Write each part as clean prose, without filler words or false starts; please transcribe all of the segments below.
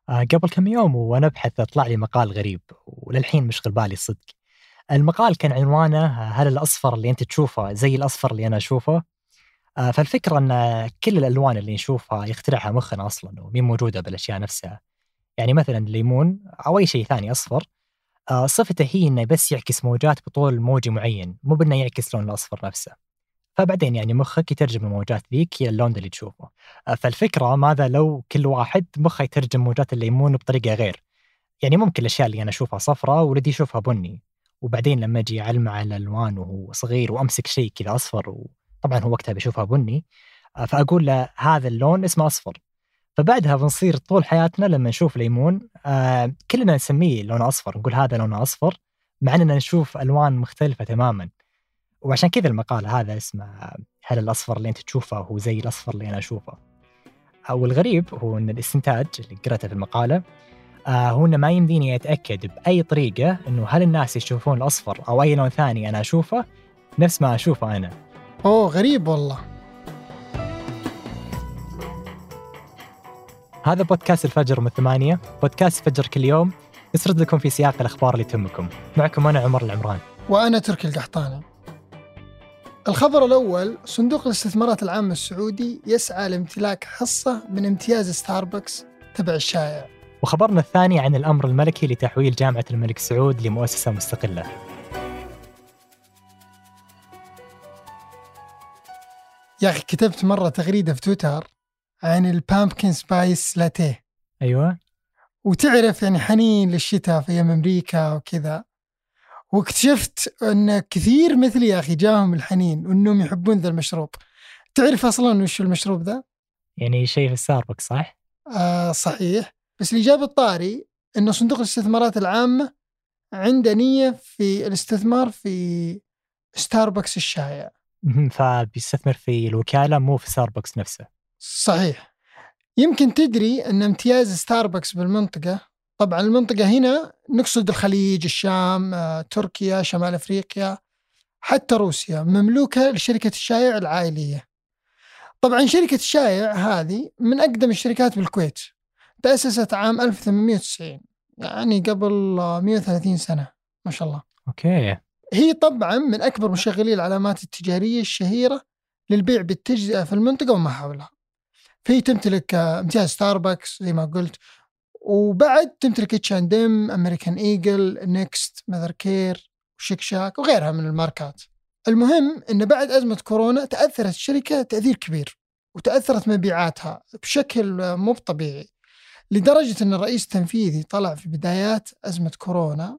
قبل كم يوم وأنا أبحث طلع لي مقال غريب وللحين مشغل بالي الصدق. المقال كان عنوانه هل الأصفر اللي أنت تشوفه زي الأصفر اللي أنا أشوفه؟ فالفكرة أن كل الألوان اللي نشوفها يخترعها مخنا أصلا ومين موجودة بالأشياء نفسها. يعني مثلا الليمون أو أي شيء ثاني أصفر، صفته هي أنه بس يعكس موجات بطول موجي معين، مو بأنه يعكس لون الأصفر نفسه. فبعدين يعني مخك يترجم الموجات ذيك إلى اللون اللي تشوفه. فالفكرة ماذا لو كل واحد مخه يترجم موجات الليمون بطريقة غير؟ يعني ممكن الأشياء اللي أنا أشوفها صفراء ولدي يشوفها بني، وبعدين لما أجي أعلم على الألوان وهو صغير وأمسك شيء كذا أصفر وطبعا هو وقتها بيشوفها بني، فأقول له هذا اللون اسمه أصفر. فبعدها بنصير طول حياتنا لما نشوف ليمون كلنا نسميه لون أصفر، نقول هذا لونه أصفر، مع أننا نشوف ألوان مختلفة تماما. وعشان كذا المقال هذا اسمه هل الأصفر اللي أنت تشوفه هو زي الأصفر اللي أنا أشوفه؟ أو الغريب هو أن الاستنتاج اللي قرأته في المقالة هو أنه ما يمديني أتأكد بأي طريقة أنه هل الناس يشوفون الأصفر أو أي لون ثاني أنا أشوفه نفس ما أشوفه أنا. أوه غريب والله. هذا بودكاست الفجر من 8، بودكاست فجر كل يوم نسرد لكم في سياق الأخبار اللي تهمكم. معكم أنا عمر العمران وأنا تركي القحطاني. الخبر الأول: صندوق الاستثمارات العامة السعودي يسعى لامتلاك حصة من امتياز ستاربكس تبع الشائع. وخبرنا الثاني عن الأمر الملكي لتحويل جامعة الملك سعود لمؤسسة مستقلة. يا أخي كتبت مرة تغريدة في تويتر عن البامبكن سبايس لاتيه. أيوة. وتعرف يعني حنين للشتاء في أيام أمريكا وكذا، واكتشفت أن كثير مثلي يا أخي جاهم الحنين وأنهم يحبون ذا المشروب. تعرف أصلاً وش المشروب ذا؟ يعني شيء في ستاربكس صح؟ صحيح، بس اللي جاب الطاري أن صندوق الاستثمارات العامة عنده نية في الاستثمار في ستاربكس الشائع. فبيستثمر في الوكالة مو في ستاربكس نفسه. صحيح. يمكن تدري أن امتياز ستاربكس بالمنطقة، طبعا المنطقة هنا نقصد الخليج، الشام، تركيا، شمال أفريقيا، حتى روسيا، مملوكة لشركة الشائع العائلية. طبعا شركة الشائع هذه من أقدم الشركات بالكويت، تأسست عام 1890، يعني قبل 130 سنة ما شاء الله. أوكي. هي طبعا من أكبر مشغلي العلامات التجارية الشهيرة للبيع بالتجزئة في المنطقة وما حولها. فهي تمتلك امتياز ستاربكس زي ما قلت، وبعد تمتلك اتش&ام، أمريكان إيجل، نيكست، ماذر كير، وشيك شاك وغيرها من الماركات. المهم أن بعد أزمة كورونا تأثرت الشركة تأثير كبير، وتأثرت مبيعاتها بشكل مو طبيعي، لدرجة أن الرئيس التنفيذي طلع في بدايات أزمة كورونا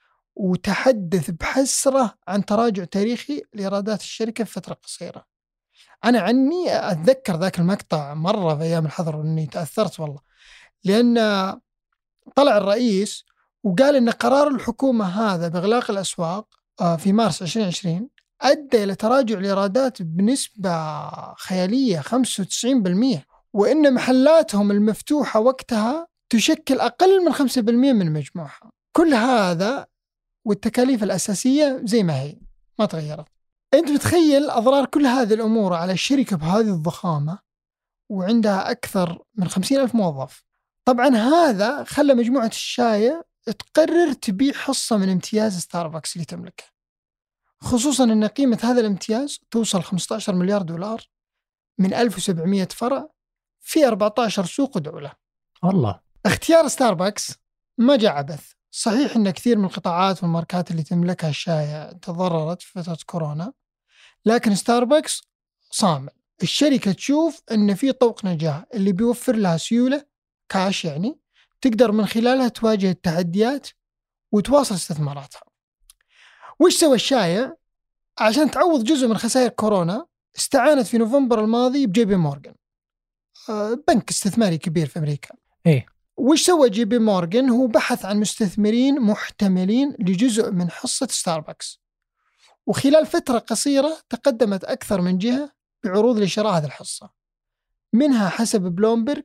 وتحدث بحسرة عن تراجع تاريخي لإيرادات الشركة في فترة قصيرة. أنا عني أتذكر ذاك المقطع مرة في أيام الحظر وأني تأثرت والله، لأن طلع الرئيس وقال أن قرار الحكومة هذا بإغلاق الأسواق في مارس 2020 أدى إلى تراجع الإيرادات بنسبة خيالية 95%، وإن محلاتهم المفتوحة وقتها تشكل أقل من 5% من مجموعها. كل هذا والتكاليف الأساسية زي ما هي ما تغيرت. أنت بتخيل أضرار كل هذه الأمور على الشركة بهذه الضخامة وعندها أكثر من 50,000 موظف. طبعا هذا خلى مجموعة الشاي تقرر تبيع حصة من امتياز ستاربكس اللي تملكه، خصوصا أن قيمة هذا الامتياز توصل 15 مليار دولار من 1700 فرع في 14 سوق ودولة. والله. اختيار ستاربكس ما جاء عبث. صحيح أن كثير من القطاعات والماركات اللي تملكها الشاي تضررت في فترة كورونا، لكن ستاربكس صامل. الشركة تشوف أن في طوق نجاة اللي بيوفر لها سيولة كاش، يعني تقدر من خلالها تواجه التحديات وتواصل استثماراتها. وش سوى الشايع عشان تعوض جزء من خسائر كورونا؟ استعانت في نوفمبر الماضي بجي بي مورغان، بنك استثماري كبير في أمريكا. إيه. وش سوى جي بي مورغان؟ هو بحث عن مستثمرين محتملين لجزء من حصة ستاربكس، وخلال فترة قصيرة تقدمت أكثر من جهة بعروض لشراء هذه الحصة، منها حسب بلومبرج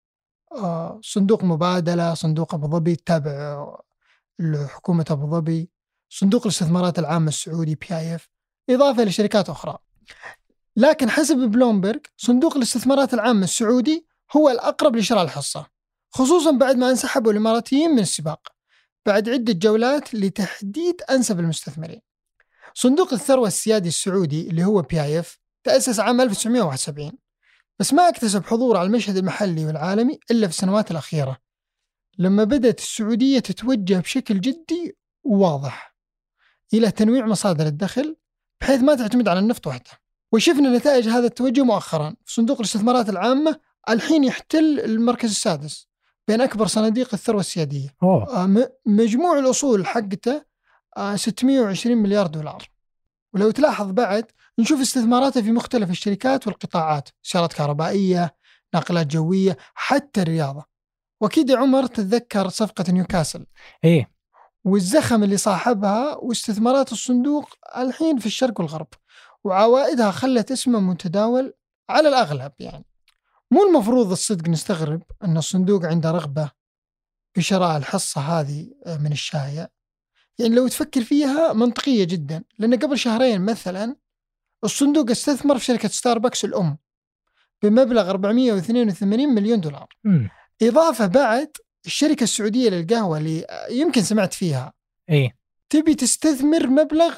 صندوق مبادلة، صندوق أبو ظبي تابع لحكومة أبو ظبي، صندوق الاستثمارات العامة السعودي PIF، إضافة لشركات أخرى. لكن حسب بلومبرج صندوق الاستثمارات العامة السعودي هو الأقرب لشراء الحصة، خصوصا بعد ما انسحبوا الإماراتيين من السباق بعد عدة جولات لتحديد أنسب المستثمرين. صندوق الثروة السيادي السعودي اللي هو PIF تأسس عام 1971، بس ما اكتسب حضور على المشهد المحلي والعالمي إلا في السنوات الأخيرة، لما بدأت السعودية تتوجه بشكل جدي وواضح إلى تنويع مصادر الدخل بحيث ما تعتمد على النفط وحده. وشفنا نتائج هذا التوجه مؤخرا في صندوق الاستثمارات العامة، الحين يحتل المركز السادس بين أكبر صناديق الثروة السيادية. مجموع الأصول حقته 620 مليار دولار. ولو تلاحظ بعد نشوف استثماراته في مختلف الشركات والقطاعات، سيارات كهربائية، ناقلات جوية، حتى الرياضة. وأكيد يا عمر تتذكر صفقة نيوكاسل والزخم اللي صاحبها، واستثمارات الصندوق الحين في الشرق والغرب، وعوائدها خلت اسمه متداول على الأغلب. يعني مو المفروض الصدق نستغرب أن الصندوق عنده رغبة في شراء الحصة هذه من الشايع. يعني لو تفكر فيها منطقية جدا، لأن قبل شهرين مثلا الصندوق استثمر في شركة ستاربكس الأم بمبلغ 482 مليون دولار. إضافة بعد الشركة السعودية للقهوة اللي يمكن سمعت فيها تبي تستثمر مبلغ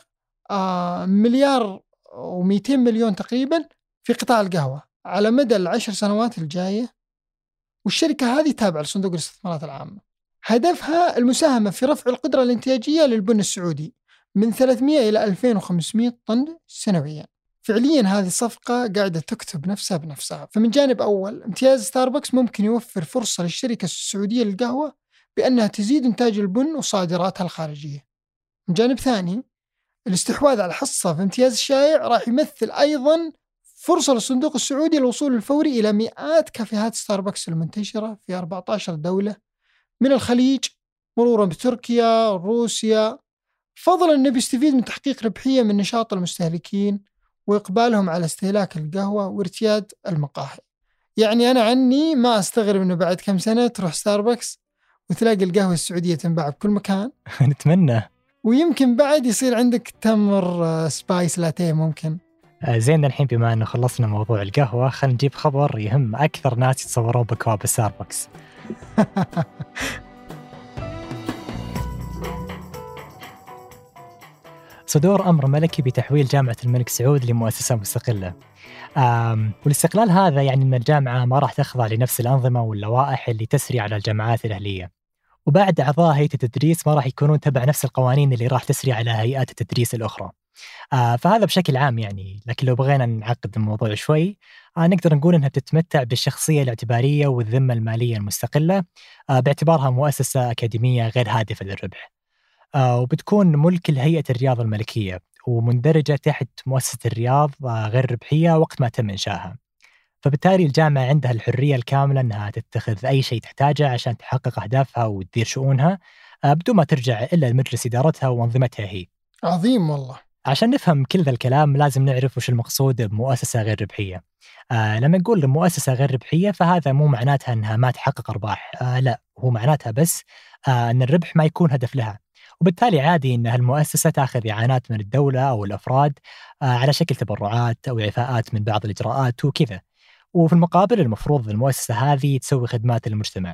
مليار و200 مليون تقريبا في قطاع القهوة على مدى 10 سنوات الجاية، والشركة هذه تابعة لصندوق الاستثمارات العامة. هدفها المساهمة في رفع القدرة الانتاجية للبن السعودي من 300 إلى 2500 طن سنويا. فعليا هذه الصفقة قاعدة تكتب نفسها بنفسها. فمن جانب أول، امتياز ستاربكس ممكن يوفر فرصة للشركة السعودية للقهوة بأنها تزيد إنتاج البن وصادراتها الخارجية. من جانب ثاني، الاستحواذ على الحصة في امتياز الشايع راح يمثل أيضا فرصة للصندوق السعودي للوصول الفوري إلى مئات كافيهات ستاربكس المنتشرة في 14 دولة من الخليج مرورا بتركيا وروسيا، فضلا أنه بيستفيد من تحقيق ربحية من نشاط المستهلكين وإقبالهم على استهلاك القهوة وارتياد المقاهي. يعني أنا عني ما أستغرب أنه بعد كم سنة تروح ستاربكس وتلاقي القهوة السعودية تنباع بكل مكان. نتمنى. ويمكن بعد يصير عندك تمر سبايس لاتيه ممكن. زين، الحين بما أنه خلصنا موضوع القهوة، خلينا نجيب خبر يهم أكثر ناس يتصورون بكواب ستاربكس. صدور أمر ملكي بتحويل جامعة الملك سعود لمؤسسة مستقلة. والاستقلال هذا يعني أن الجامعة ما راح تخضع لنفس الأنظمة واللوائح اللي تسري على الجامعات الأهلية، وبعد أعضاء هيئة التدريس ما راح يكونون تبع نفس القوانين اللي راح تسري على هيئات التدريس الأخرى. فهذا بشكل عام يعني. لكن لو بغينا نعقد الموضوع شوي، نقدر نقول أنها بتتمتع بالشخصية الاعتبارية والذمة المالية المستقلة، باعتبارها مؤسسة أكاديمية غير هادفة للربح، وبتكون ملك لهيئة الرياض الملكية ومندرجة تحت مؤسسة الرياض غير ربحية وقت ما تم إنشائها. فبالتالي الجامعة عندها الحرية الكاملة أنها تتخذ أي شيء تحتاجه عشان تحقق أهدافها وتدير شؤونها بدون ما ترجع إلا لمجلس إدارتها وأنظمتها هي. عظيم والله. عشان نفهم كل ذا الكلام لازم نعرف وش المقصود بمؤسسة غير ربحية. لما نقول مؤسسة غير ربحية فهذا مو معناتها أنها ما تحقق أرباح، لا، هو معناتها بس أن الربح ما يكون هدف لها، وبالتالي عادي أن هالمؤسسة تأخذ إعانات من الدولة أو الأفراد على شكل تبرعات أو إعفاءات من بعض الإجراءات وكذا، وفي المقابل المفروض المؤسسة هذه تسوي خدمات للمجتمع.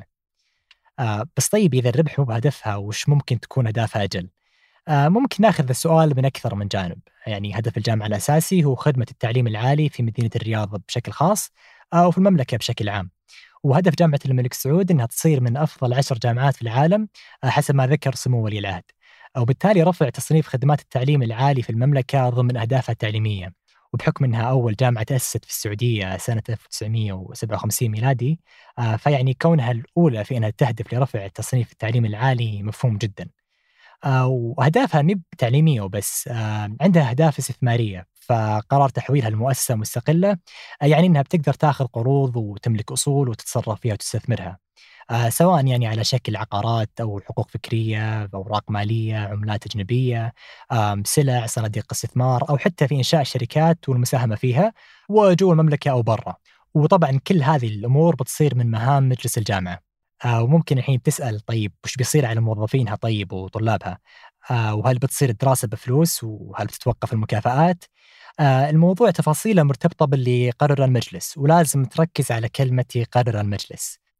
بس طيب إذا الربح مو بهدفها وش ممكن تكون أهدافها أجل؟ ممكن ناخذ السؤال من أكثر من جانب. يعني هدف الجامعة الأساسي هو خدمة التعليم العالي في مدينة الرياض بشكل خاص أو في المملكة بشكل عام، وهدف جامعة الملك سعود أنها تصير من أفضل 10 جامعات في العالم حسب ما ذكر سمو ولي العهد، وبالتالي رفع تصنيف خدمات التعليم العالي في المملكة ضمن أهدافها التعليمية. وبحكم أنها أول جامعة تأسست في السعودية سنة 1957 ميلادي، فيعني كونها الأولى في أنها تهدف لرفع تصنيف التعليم العالي مفهوم جدا. وأهدافها مو تعليمية وبس، عندها أهداف استثمارية. فقرار تحويلها لمؤسسة مستقلة يعني أنها بتقدر تأخذ قروض وتملك أصول وتتصرف فيها وتستثمرها، سواء يعني على شكل عقارات أو حقوق فكرية، أوراق مالية، عملات أجنبية، سلع، صناديق استثمار، أو حتى في إنشاء شركات والمساهمة فيها وجوا المملكة أو برا. وطبعا كل هذه الأمور بتصير من مهام مجلس الجامعة. وممكن الحين تسأل طيب وش بيصير على موظفينها طيب وطلابها؟ وهل بتصير الدراسة بفلوس؟ وهل بتتوقف المكافآت؟ الموضوع تفاصيله مرتبطة باللي قرر المجلس، ولازم تركز على كلمة قرر المجلس.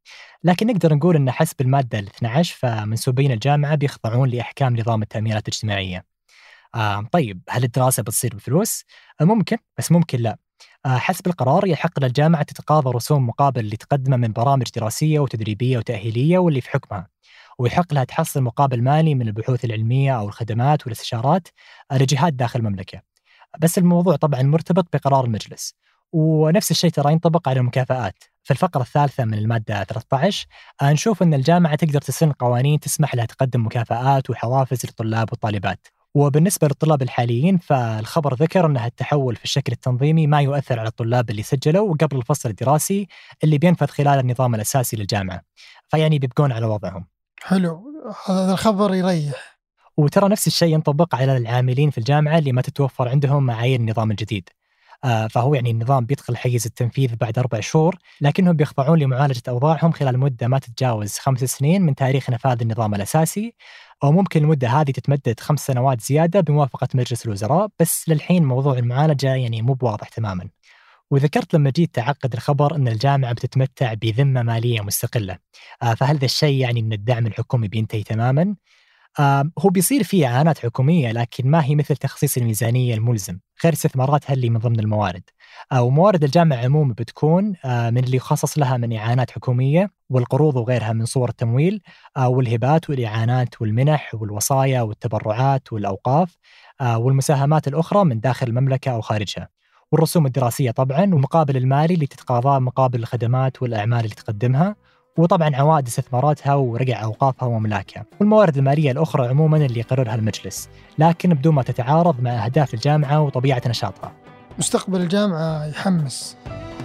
لكن نقدر نقول أن حسب المادة 12 فمنسوبين الجامعة بيخضعون لأحكام نظام التأمينات الاجتماعية. طيب هل الدراسة بتصير بفلوس؟ ممكن، بس ممكن لا. حسب القرار يحق للجامعة تتقاضى رسوم مقابل اللي تقدمه من برامج دراسية وتدريبية وتأهيلية واللي في حكمها، ويحق لها تحصل مقابل مالي من البحوث العلمية أو الخدمات والاستشارات لجهات داخل المملكة. بس الموضوع طبعا مرتبط بقرار المجلس. ونفس الشيء ترى ينطبق على المكافآت. في الفقرة الثالثة من المادة 13 نشوف أن الجامعة تقدر تسن قوانين تسمح لها تقدم مكافآت وحوافز للطلاب والطالبات. وبالنسبة للطلاب الحاليين فالخبر ذكر أن التحول في الشكل التنظيمي ما يؤثر على الطلاب اللي سجلوا قبل الفصل الدراسي اللي بينفذ خلال النظام الأساسي للجامعة، فيعني بيبقون على وضعهم. حلو، هذا الخبر يريح. وترى نفس الشيء ينطبق على العاملين في الجامعة اللي ما تتوفر عندهم معايير النظام الجديد. فهو يعني النظام بيدخل حيز التنفيذ بعد 4 شهور، لكنهم بيخضعون لمعالجة أوضاعهم خلال مدة ما تتجاوز 5 سنين من تاريخ نفاذ النظام الأساسي، أو ممكن المدة هذه تتمدد 5 سنوات زيادة بموافقة مجلس الوزراء. بس للحين موضوع المعالجة يعني مو بواضح تماما. وذكرت لما جيت تعقد الخبر أن الجامعة بتتمتع بذمة مالية مستقلة. فهل ذا الشيء يعني أن الدعم الحكومي بينتهي تماما؟ هو بيصير فيه إعانات حكومية، لكن ما هي مثل تخصيص الميزانية الملزم غير استثماراتها اللي من ضمن الموارد. وموارد الجامعة عموما بتكون من اللي يخصص لها من إعانات حكومية والقروض وغيرها من صور التمويل، والهبات والإعانات والمنح والوصايا والتبرعات والأوقاف، والمساهمات الأخرى من داخل المملكة أو خارجها، والرسوم الدراسية طبعا، والمقابل المالي اللي تتقاضاه مقابل الخدمات والأعمال اللي تقدمها، وطبعا عوائد استثماراتها ورجع أوقافها وملاكها، والموارد المالية الأخرى عموما اللي يقررها المجلس، لكن بدون ما تتعارض مع أهداف الجامعة وطبيعة نشاطها. مستقبل الجامعة يحمس.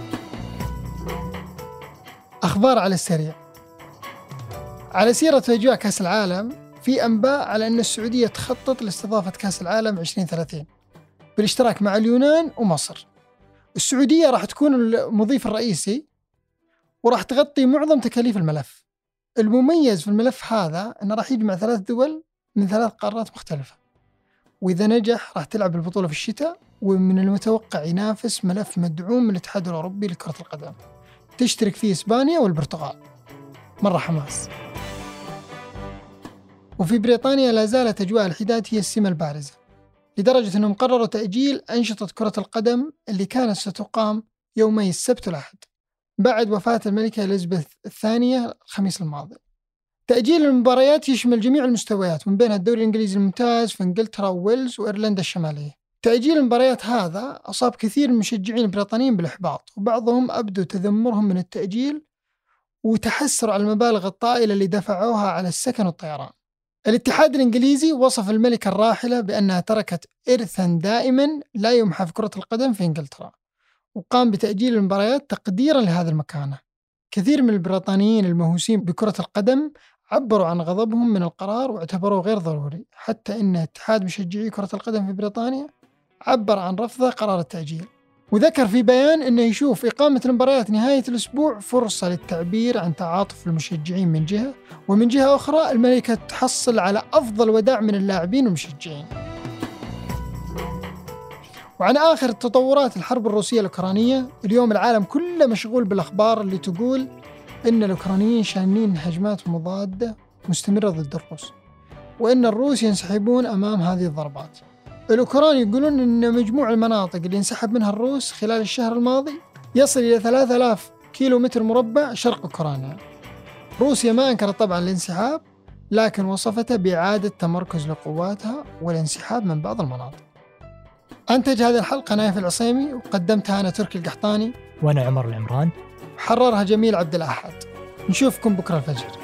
أخبار على السريع. على سيرة أجواء كأس العالم، في أنباء على أن السعودية تخطط لاستضافة كأس العالم 2030 بالاشتراك مع اليونان ومصر. السعودية راح تكون المضيف الرئيسي وراح تغطي معظم تكاليف الملف. المميز في الملف هذا أنه راح يجمع 3 دول من 3 قارات مختلفة، وإذا نجح راح تلعب البطولة في الشتاء، ومن المتوقع ينافس ملف مدعوم من الاتحاد الأوروبي لكرة القدم تشترك فيه إسبانيا والبرتغال. مرة حماس. وفي بريطانيا لا زالت أجواء الحداد هي السمة البارزة، لدرجة أنهم قرروا تأجيل أنشطة كرة القدم اللي كانت ستقام يومي السبت والأحد بعد وفاة الملكة إليزابيث الثانية الخميس الماضي. تأجيل المباريات يشمل جميع المستويات من بينها الدوري الإنجليزي الممتاز في إنجلترا وويلز وإيرلندا الشمالية. تأجيل المباريات هذا أصاب كثير من المشجعين البريطانيين بالإحباط، وبعضهم أبدوا تذمرهم من التأجيل وتحسروا على المبالغ الطائلة اللي دفعوها على السكن والطيران. الاتحاد الإنجليزي وصف الملكة الراحلة بأنها تركت إرثاً دائماً لا يمحى في كرة القدم في إنجلترا، وقام بتأجيل المباريات تقديراً لهذه المكانة. كثير من البريطانيين المهووسين بكرة القدم عبروا عن غضبهم من القرار واعتبروه غير ضروري، حتى إن اتحاد مشجعي كرة القدم في بريطانيا عبر عن رفضه قرار التأجيل، وذكر في بيان أنه يشوف إقامة المباريات نهاية الأسبوع فرصة للتعبير عن تعاطف المشجعين من جهة، ومن جهة أخرى الملكة تحصل على أفضل وداع من اللاعبين والمشجعين. وعن آخر تطورات الحرب الروسية الأوكرانية، اليوم العالم كله مشغول بالأخبار اللي تقول إن الأوكرانيين شانين هجمات مضادة مستمرة ضد الروس، وإن الروس ينسحبون أمام هذه الضربات. الأوكران يقولون إن مجموع المناطق اللي انسحب منها الروس خلال الشهر الماضي يصل إلى 3000 كيلومتر مربع شرق أوكرانيا. روسيا ما أنكرت طبعا الانسحاب، لكن وصفته بإعادة تمركز لقواتها والانسحاب من بعض المناطق. أنتج هذه الحلقة نايف العصيمي، وقدمتها أنا تركي القحطاني، وأنا عمر العمران، حررها جميل عبد الأحد. نشوفكم بكرة الفجر.